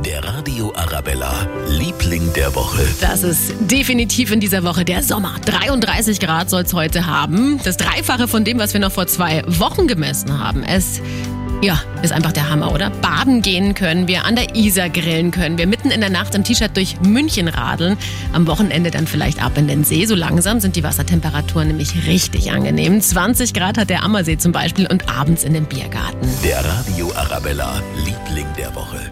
Der Radio Arabella, Liebling der Woche. Das ist definitiv in dieser Woche der Sommer. 33 Grad soll es heute haben. Das Dreifache von dem, was wir noch vor 2 Wochen gemessen haben. Es ist einfach der Hammer, oder? Baden gehen können wir, an der Isar grillen können wir, mitten in der Nacht im T-Shirt durch München radeln, am Wochenende dann vielleicht ab in den See. So langsam sind die Wassertemperaturen nämlich richtig angenehm. 20 Grad hat der Ammersee zum Beispiel und abends in den Biergarten. Der Radio Arabella, Liebling der Woche.